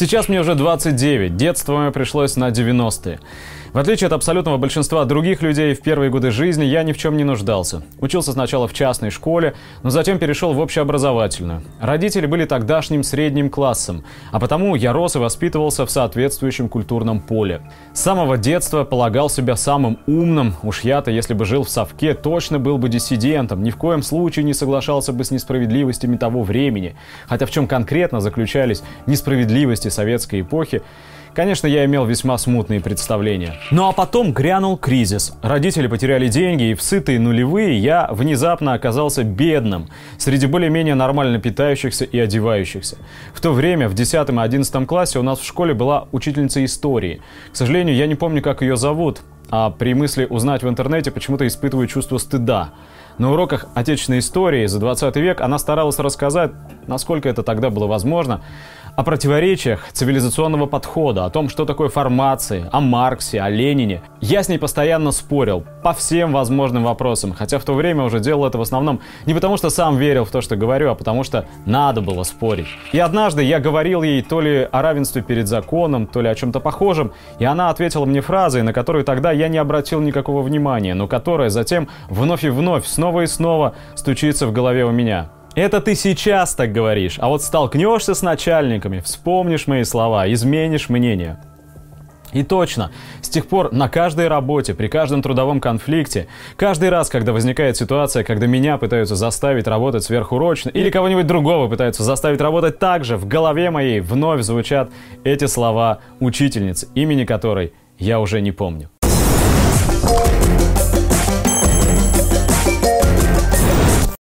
Сейчас мне уже 29, детство мое пришлось на 90-е. В отличие от абсолютного большинства других людей, в первые годы жизни я ни в чем не нуждался. Учился сначала в частной школе, но затем перешел в общеобразовательную. Родители были тогдашним средним классом, а потому я рос и воспитывался в соответствующем культурном поле. С самого детства полагал себя самым умным. Уж я-то, если бы жил в совке, точно был бы диссидентом, ни в коем случае не соглашался бы с несправедливостями того времени. Хотя в чем конкретно заключались несправедливости советской эпохи, конечно, я имел весьма смутные представления. Ну а потом грянул кризис. Родители потеряли деньги, и в сытые нулевые я внезапно оказался бедным среди более-менее нормально питающихся и одевающихся. В то время, в 10 и 11 классе, у нас в школе была учительница истории. К сожалению, я не помню, как ее зовут, а при мысли узнать в интернете почему-то испытываю чувство стыда. На уроках отечественной истории за 20 век она старалась рассказать, насколько это тогда было возможно, о противоречиях цивилизационного подхода, о том, что такое формации, о Марксе, о Ленине. Я с ней постоянно спорил по всем возможным вопросам, хотя в то время уже делал это в основном не потому, что сам верил в то, что говорю, а потому что надо было спорить. И однажды я говорил ей то ли о равенстве перед законом, то ли о чем-то похожем, и она ответила мне фразой, на которую тогда я не обратил никакого внимания, но которая затем вновь и вновь, снова и снова стучится в голове у меня. Это ты сейчас так говоришь, а вот столкнешься с начальниками, вспомнишь мои слова, изменишь мнение. И точно, с тех пор на каждой работе, при каждом трудовом конфликте, каждый раз, когда возникает ситуация, когда меня пытаются заставить работать сверхурочно или кого-нибудь другого пытаются заставить работать так же, в голове моей вновь звучат эти слова учительницы, имени которой я уже не помню.